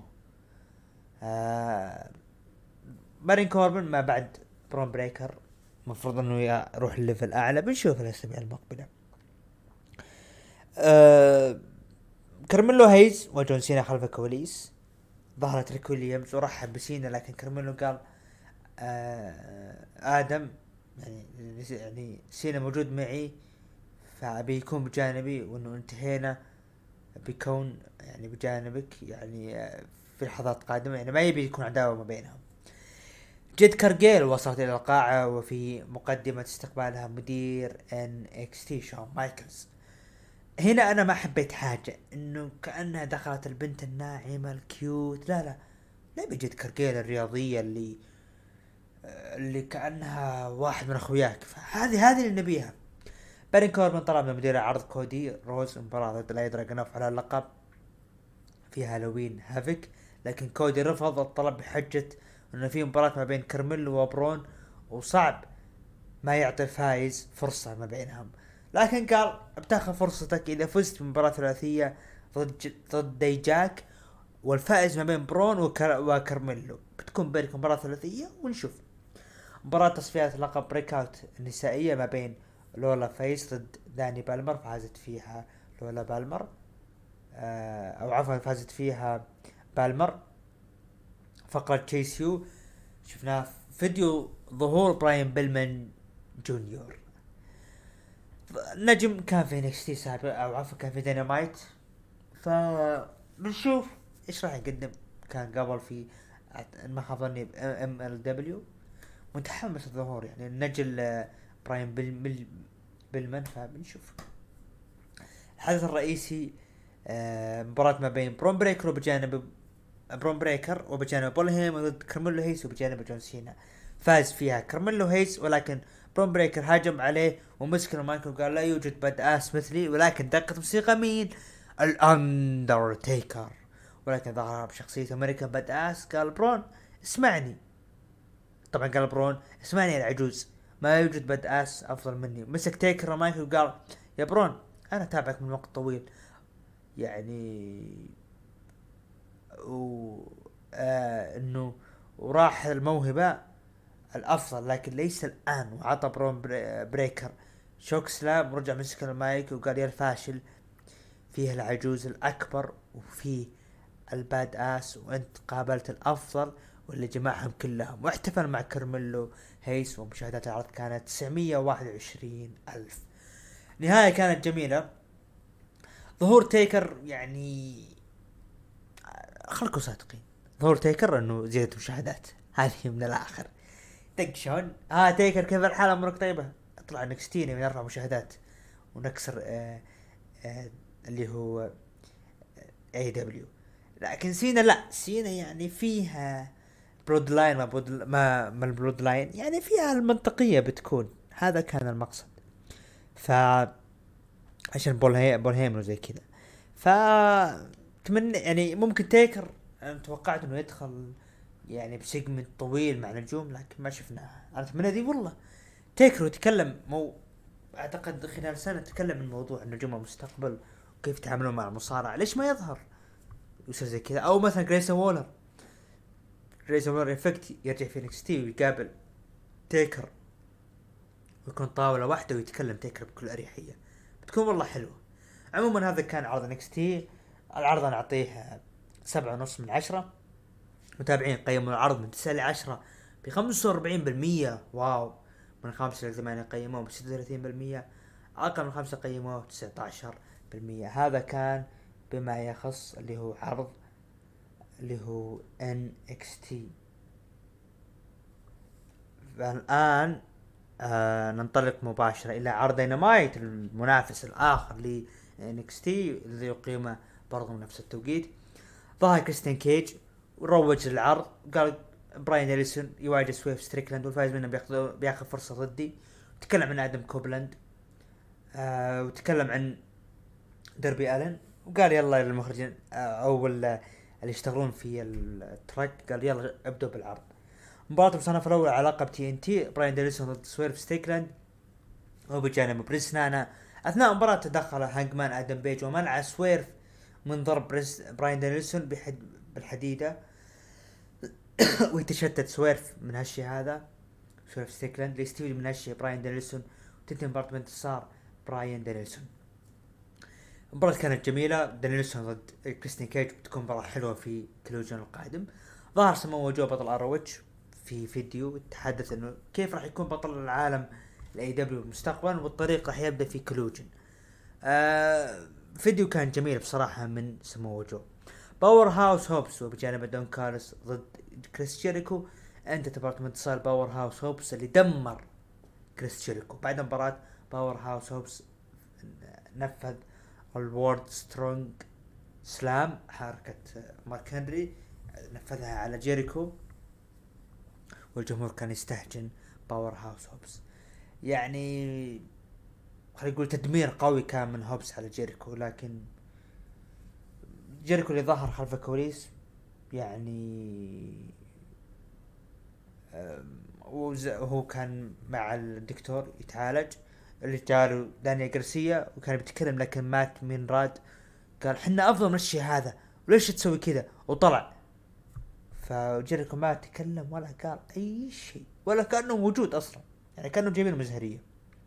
Speaker 1: بارين كوربن ما بعد برون بريكر مفروض انه يروح الليفل اعلى. بنشوف الاسابيع المقبله. كارميلو هيز وجون سينا خلف الكواليس. ظهرت ريك ويليامز ورحب بسينا، لكن كارميلو قال ادم يعني سينا موجود معي فابي يكون بجانبي، وانه انتهينا بيكون يعني بجانبك يعني في لحظات قادمة. يعني ما يبي يكون عداوة ما بينهم. جيد كارجيل وصلت الى القاعة، وفي مقدمة استقبالها مدير NXT شون مايكلز. هنا انا ما حبيت حاجة، انه كأنها دخلت البنت الناعمة الكيوت. لا نبي جيد كارجيل الرياضية اللي كأنها واحد من اخوياك. فهذه اللي نبيها. بارين كوربن طلب من مدير عرض كودي روز مباراة ضد لاي دراجونوف على اللقب في هالوين هافك، لكن كودي رفض الطلب بحجة انه في مباراة ما بين كارميلو وبرون وصعب ما يعطي فايز فرصة ما بينهم. لكن قال بتاخذ فرصتك اذا فزت بمباراة ثلاثية ضد ديجاك، والفائز ما بين برون وكارميلو بتكون بينكم مباراة ثلاثية. ونشوف مباراة تصفيات لقب بريك اوت النسائية ما بين لولا فايز ضد داني بالمر. فازت فيها لولا بالمر او عفوا فازت فيها بالمر. فقرة تشيسيو شفناه فيديو ظهور براين بيلمان جونيور. نجم كان في NXT سابق او عفوا كان في دينامايت، فبنشوف ايش راح يقدم. كان قبل في ما خاب ظني MLW. متحمس الظهور يعني النجل براين بيلمان. فبنشوف الحدث الرئيسي مباراة ما بين برون بريكر وبجانب بولهيم ضد كارميلو هيس وبجانب جون سينا. فاز فيها كارميلو هيس، ولكن برون بريكر هاجم عليه ومسك المايك وقال لا يوجد باد اس مثلي، ولكن دقت موسيقى مين؟ الاندرتيكر. ولكن ظهر بشخصية امريكان باد اس، قال برون اسمعني. طبعا قال برون اسمعني يا العجوز، ما يوجد باد اس افضل مني. مسك تيكر المايك وقال يا برون انا تابعك من وقت طويل يعني، و انه وراح الموهبة الافضل لكن ليس الان. وعطى برون بريكر شوك سلام ورجع مسك المايك وقال يا الفاشل، فيه العجوز الاكبر وفيه الباد اس، وانت قابلت الافضل واللي جمعهم كلهم. واحتفل مع كارميلو هيس، ومشاهدات العرض كانت 921 ألف. نهاية كانت جميلة. ظهور تيكر يعني خلكوا صادقين، ظهور تيكر انه زيادة مشاهدات هذه من الاخر. دق شلون تيكر كيف الحال امرك طيبة، اطلع نكستيني ونرفع مشاهدات ونكسر اللي هو اي دبليو. لكن سينا لا، سينا يعني فيها برود لاين، ما البرود لاين يعني فيها المنطقية بتكون، هذا كان المقصد. ف عشان بول هيمن وزي كذا. ف تمنى يعني ممكن تيكر، انا توقعت انه يدخل يعني بسيجمنت طويل مع نجوم، لكن ما شفناها. انا اتمنى دي والله. تيكر يتكلم اعتقد خلال سنة تكلم عن موضوع النجوم المستقبل وكيف يتعاملون مع المصارعة، ليش ما يظهر يصير زي كذا؟ او مثلا جريسون وولر افكت يرجع في NXT ويقابل تيكر ويكون طاولة واحدة ويتكلم تيكر بكل اريحية، بتكون والله حلوة. عموما هذا كان عرض NXT. العرض انا اعطيه 7.5/10. متابعين قيموا العرض من 9 ل10 ب45%. واو. من 5 ل8 قيموه ب36%. اقل من 5 قيموه 19%. هذا كان بما يخص اللي هو عرض اللي هو NXT. الآن ننطلق مباشرة إلى عرض داينامايت المنافس الآخر ل NXT الذي يقيمه برضو نفس التوقيت. ظهر كريستيان كيج وروج للعرض، قال براين ديليسون يواجه سويف ستريكلاند والفائز منه بياخذ فرصة ضدي. تكلم عن آدم كوبلاند وتكلم عن دربي ألن، وقال يلا للمخرجين أو اللي يشتغلون في التراك، قال يلا ابدوا بالعرض. مباراة مصنف الأول على لقب TNT، براين ديليسون ضد سويرف ستيكلاند وبجانب بريس نانا. أثناء المباراة تدخل هانجمان آدم بيج ومنع سويرف من ضرب براين ديليسون بالحديدة ويتشتت سويرف من هالشي هذا، سويرف ستيكلاند ليستفيد من هالشي براين ديليسون، وتنتهي مباراة بانتصار براين ديليسون. المباراة كانت جميلة. دانيلسون ضد كريستين كيج بتكون مباراة حلوة في كلوجن القادم. ظهر سمو جو بطل اروتش في فيديو تحدث انه كيف راح يكون بطل العالم الاي دبليو مستقبلا، والطريق راح يبدا في كلوجن. فيديو كان جميل بصراحة من سمو جو. باور هاوس هوبس وبجانب دون كارلس ضد كريس جيريكو. انت تبارك من اتصال باور هاوس هوبس اللي دمر كريس جيريكو. بعد مباراة باور هاوس هوبس نفذ الورد سترونج سلام، حركة مارك هنري نفذها على جيريكو، والجمهور كان يستهجن باور هاوس هوبس. يعني خلي يقول تدمير قوي كان من هوبس على جيريكو، لكن جيريكو اللي ظهر خلف الكواليس يعني وهو كان مع الدكتور يتعالج اللي جاله دانيال غارسيا وكان بيتكلم، لكن مات من راد قال حنا افضل من الشيء هذا وليش تسوي كذا، وطلع. فجيريكو ما تكلم ولا قال اي شيء ولا كانه موجود اصلا، يعني كانه جايبين مزهريه.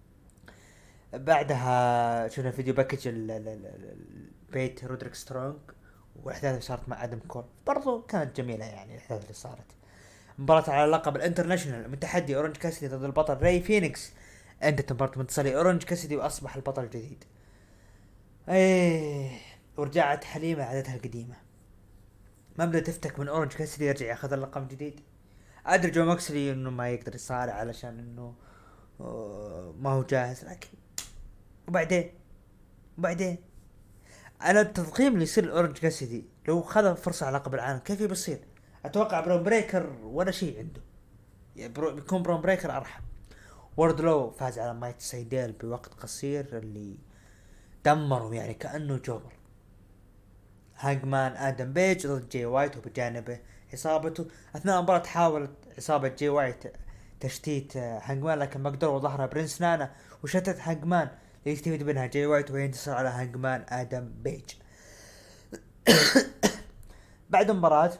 Speaker 1: بعدها شفنا فيديو باكج بيت رودريك سترونج والاحداث اللي صارت مع ادم كول، برضو كانت جميله يعني الاحداث اللي صارت. مباراة على لقب الانترناشونال متحدي اورنج كاسيدي ضد البطل راي فينيكس. انت مباراة منتصري اورنج كاسيدي واصبح البطل الجديد. ايه، ورجعت حليمة عادتها القديمة، ما بدها تفتك من اورنج كاسيدي يرجع ياخذ اللقب الجديد. ادري جو ماكسلي انه ما يقدر يصارع علشان انه ما هو جاهز، لكن وبعدين انا التضخيم اللي يصير الاورنج كاسيدي لو خذ فرصه على لقب العالم كيف بيصير؟ اتوقع برون بريكر ولا شيء عنده، يعني بيكون برون بريكر ارحم. ووردلو فاز على مايت سايديل بوقت قصير اللي دمروا يعني كأنه جوبر. هانجمان ادم بيج ضد جي وايت وبجانبه اصابته. اثناء المباراة حاولت اصابة جي وايت تشتيت هانجمان لكن ما قدروا، ظهرها برنس نانا وشتت هانجمان ليستفيد منها جي وايت وينتصر على هانجمان ادم بيج. بعد مباراة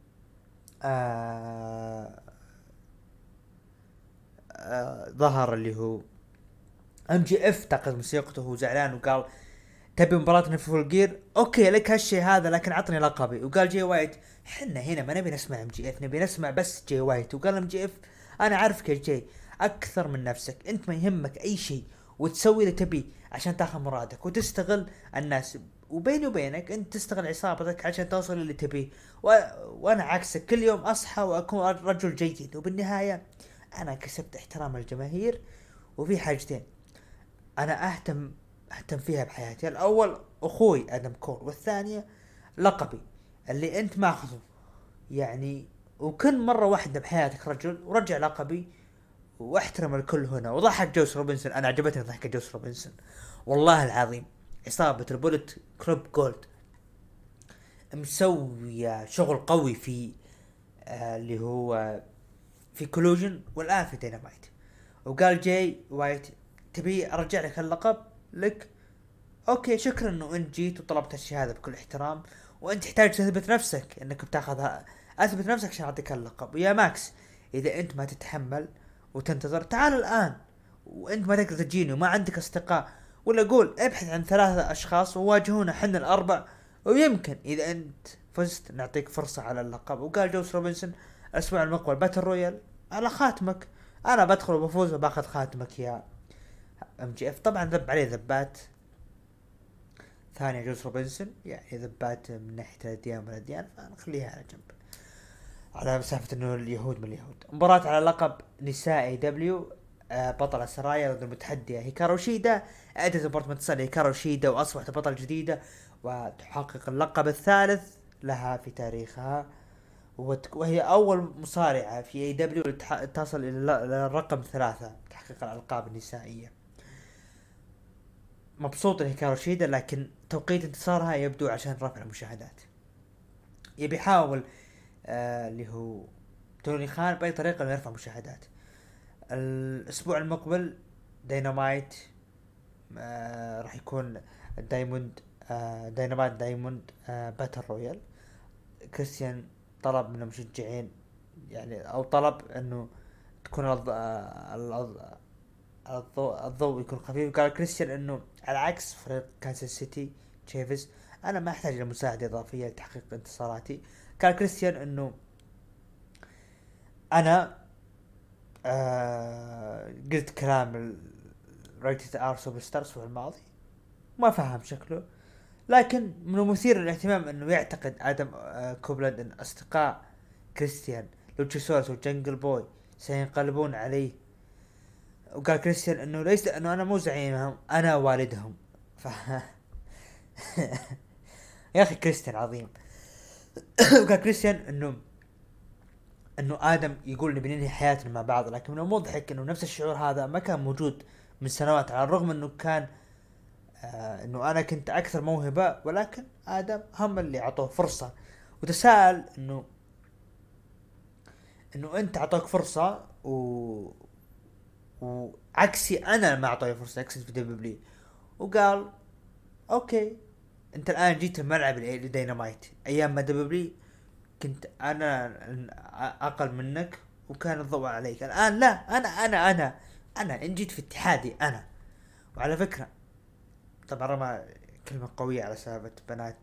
Speaker 1: ظهر اللي هو ام جي اف تاخذ موسيقته وهو زعلان وقال تبي مباراتنا في فول جير؟ اوكي لك هالشي هذا لكن عطني لقبي. وقال جي وايت حنا هنا ما نبي نسمع ام جي اف، نبي نسمع بس جي وايت. وقال ام جي اف انا عارفك يا جي اكثر من نفسك، انت ما يهمك اي شيء وتسوي اللي تبي عشان تاخذ مرادك وتستغل الناس، وبيني وبينك انت تستغل عصابتك عشان توصل اللي تبيه وانا عكسك كل يوم اصحى واكون رجل جيد. وبالنهاية انا كسبت احترام الجماهير، وفي حاجتين انا اهتم فيها بحياتي، الاول اخوي ادم كول، والثانية لقبي اللي انت ماخذه يعني. وكل مرة واحدة بحياتك رجل ورجع لقبي واحترم الكل هنا. وضحك جوس روبنسون، انا عجبتني ضحكة جوس روبنسون والله العظيم. عصابة البولت كلوب جولد مسوية شغل قوي في اللي هو في كولوجن والان في دينامايت. وقال جاي وايت تبي ارجع لك اللقب لك؟ اوكي شكرا انه انت جيت وطلبت الشيء هذا بكل احترام، وانت تحتاج تثبت نفسك انك بتاخذها، اثبت نفسك عشان اعطيك اللقب. ويا ماكس اذا انت ما تتحمل وتنتظر تعال الان، وانت ما تقدر تجيني وما عندك اصدقاء، ولا قول ابحث عن 3 اشخاص وواجهونا حنا الاربع، ويمكن اذا انت فزت نعطيك فرصة على اللقب. وقال جوس روبنسون الاسبوع المقبل باتل رويال على خاتمك، انا بدخل وبفوز وباخذ خاتمك يا ام جي اف. طبعا ذب عليه ذبات ثانية جوز روبنسون، يعني ذبات من ناحية الاديان والاديان فنخليها على جنب على مسافة انه اليهود من اليهود. مباراة على لقب نسائي دبليو بطلة سرايا ضد المتحدية هيكارو شيدا. أدت مباراة متصلة هيكارو شيدا وأصبحت بطلة جديدة وتحقق اللقب الثالث لها في تاريخها، وهي أول مصارعة في اي دبليو تصل إلى الرقم 3 تحقيق الألقاب النسائية. مبسوط هيكارو شيدا لكن توقيت انتصارها يبدو عشان رفع المشاهدات. يبي يحاول اللي هو توني خان بأي طريقة انه يرفع مشاهدات. الاسبوع المقبل داينامايت راح يكون دايموند داينامايت دايموند باتل رويال. كريستيان طلب من المشجعين يعني او طلب انه تكون الضوء يكون خفيف. قال كريستيان انه على عكس فريق كانساس سيتي تشيفز انا ما احتاج لمساعدة اضافية لتحقيق انتصاراتي. قال كريستيان انه انا قلت كلام ريتد ار سوبر ستار الاسبوع الماضي ما فهم شكله، لكن من المثير للاهتمام انه يعتقد ادم كوبلاند ان اصدقاء كريستيان لوتشيسورس وجنجل بوي سينقلبون عليه. وقال كريستيان انه ليس انه انا مو زعيمهم انا والدهم يا اخي كريستيان عظيم. وقال كريستيان انه ادم يقول نبي ننهي حياتنا مع بعض، لكن من المضحك انه نفس الشعور هذا ما كان موجود من سنوات، على الرغم انه كان انه انا كنت اكثر موهبة، ولكن ادم هم اللي عطوه فرصة. وتساءل انه انت عطوك فرصة وعكسي انا ما اعطوه فرصة عكسي في دبليو. وقال اوكي انت الان جيت الملعب لدينامايت، ايام ما دبليو كنت انا اقل منك وكان الضوء عليك، الان لا انا ان جيت في اتحادي انا. وعلى فكرة طبعا رمى كلمة قوية على سالفة بنات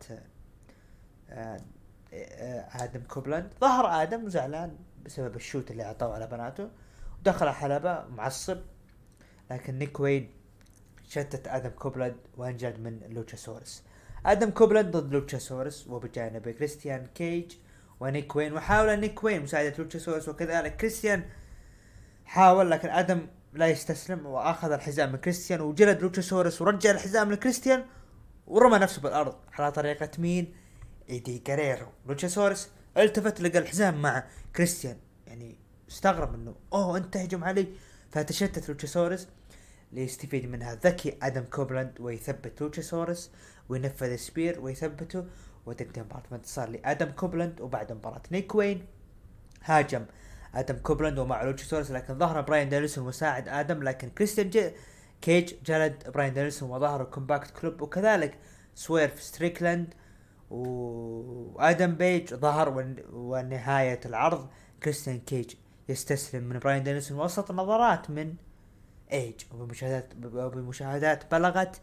Speaker 1: ادم كوبلاند. ظهر ادم زعلان بسبب الشوت اللي اعطاه على بناته ودخل حلبة معصب، لكن نيك وين شتت ادم كوبلاند وانجد من لوتشاسورس. ادم كوبلاند ضد لوتشاسورس وبجانب كريستيان كيج ونيك وين. وحاول نيك وين مساعدة لوتشاسورس وكذلك كريستيان حاول، لكن ادم لا يستسلم واخذ الحزام من كريستيان وجلد لوتشاسورس ورجع الحزام لكريستيان ورمى نفسه بالارض على طريقة مين؟ ايدي جريرو. لوتشاسورس التفت لقى الحزام مع كريستيان، يعني استغرب انه انت تهجم علي. فتشتت لوتشاسورس ليستفيد منها. ذكي ادم كوبلاند ويثبت لوتشاسورس وينفذ سبير ويثبته، وتنتهي مباراة بانتصار لادم كوبلاند. وبعد مباراة نيك وين هاجم ادم كوبلاند ومع لوتشاسورس، لكن ظهر براين دانيلسون مساعد ادم، لكن كريستيان كيج جلد براين دانيلسون وظهر كومباكت كلوب، وكذلك سويرف ستريكلاند وادم بيج ظهر. ونهاية العرض كريستيان كيج يستسلم من براين دانيلسون وسط نظرات من ايج، وبمشاهدات بلغت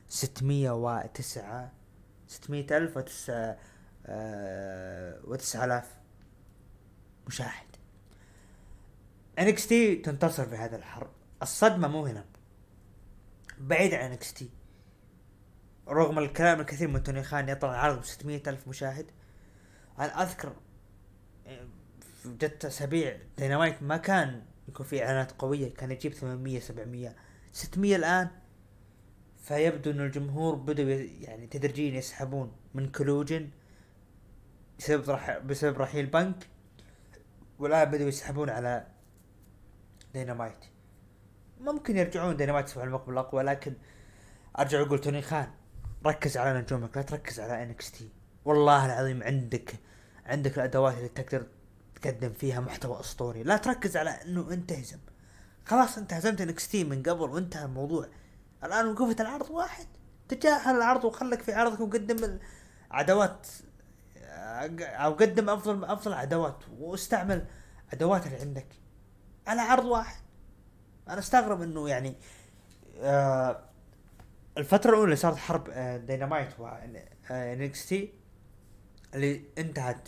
Speaker 1: 600,009 مشاهد. NXT تنتصر في هذا الحرب. الصدمة مو هنا، بعيد عن NXT رغم الكلام الكثير من توني خان يطلع العرض ب600,000 مشاهد. أنا أذكر في جت أسابيع دينامايت ما كان يكون في إعلانات قوية، كان يجيب 800 700 600 الآن. فيبدو أن الجمهور بدأوا يعني تدريجيا يسحبون من كولوجين بسبب رحيل بنك، والآن بدأوا يسحبون على دينامايت. ممكن يرجعون دينامايت في المقبل أقوى، لكن أرجع أقول توني خان ركز على نجومك، لا تركز على NXT. والله العظيم عندك الأدوات اللي تقدر تقدم فيها محتوى أسطوري. لا تركز على إنه أنت هزم، خلاص أنت هزمت NXT من قبل وانتهى الموضوع. الآن وقفت العرض واحد، تجاهل العرض وخلك في عرضك وقدم العدوات أو قدم أفضل عدوات واستعمل أدوات اللي عندك على عرض واحد. أنا استغرب إنه يعني الفترة الأولى اللي صارت حرب دينامايت و NXT اللي انتهت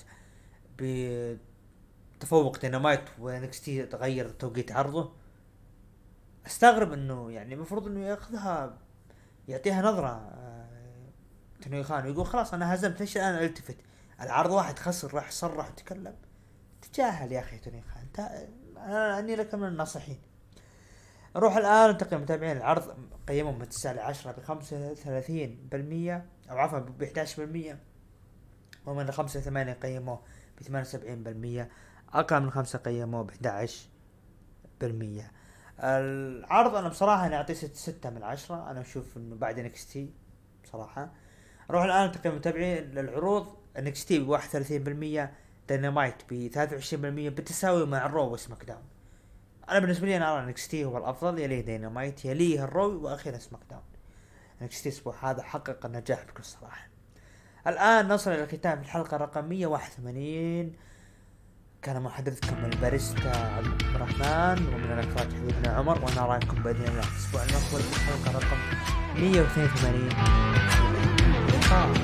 Speaker 1: بتفوق دينامايت و NXT تغير توقيت عرضه، استغرب انه يعني المفروض انه ياخذها يعطيها نظرة توني خان ويقول خلاص انا هزمت، ليش الان التفت؟ العرض واحد خسر راح صرح وتكلم. تجاهل يا اخي توني خان، انا اني لك من الناصحين. نروح الان تقييم متابعين العرض، قيمهم من 9 ل 10 ب35% او عفوا ب11%، ومن 5 ل 8 قيموه ب78%، اقل من 5 قيموه ب11%. العرض انا بصراحة انا اعطيه 6 من 10. انا اشوف انه بعد NXT بصراحة. نروح الان تقييم متابعين للعروض. NXT ب31%، دينامايت ب23%، بالتساوي مع الرو وسماك داون. انا بالنسبة لي انا ارى NXT هو الافضل، يليه دينامايت، يليه الرو، واخيرا سماك داون. NXT الاسبوع هذا حقق النجاح بكل صراحة. الان نصل الى الختام في الحلقة رقم 181. كان محدثكم الباريستا عبد الرحمن، ومن الاخراج حبيبنا عمر، وانا اراكم باذن الله الاسبوع المقبل في الحلقة رقم 182.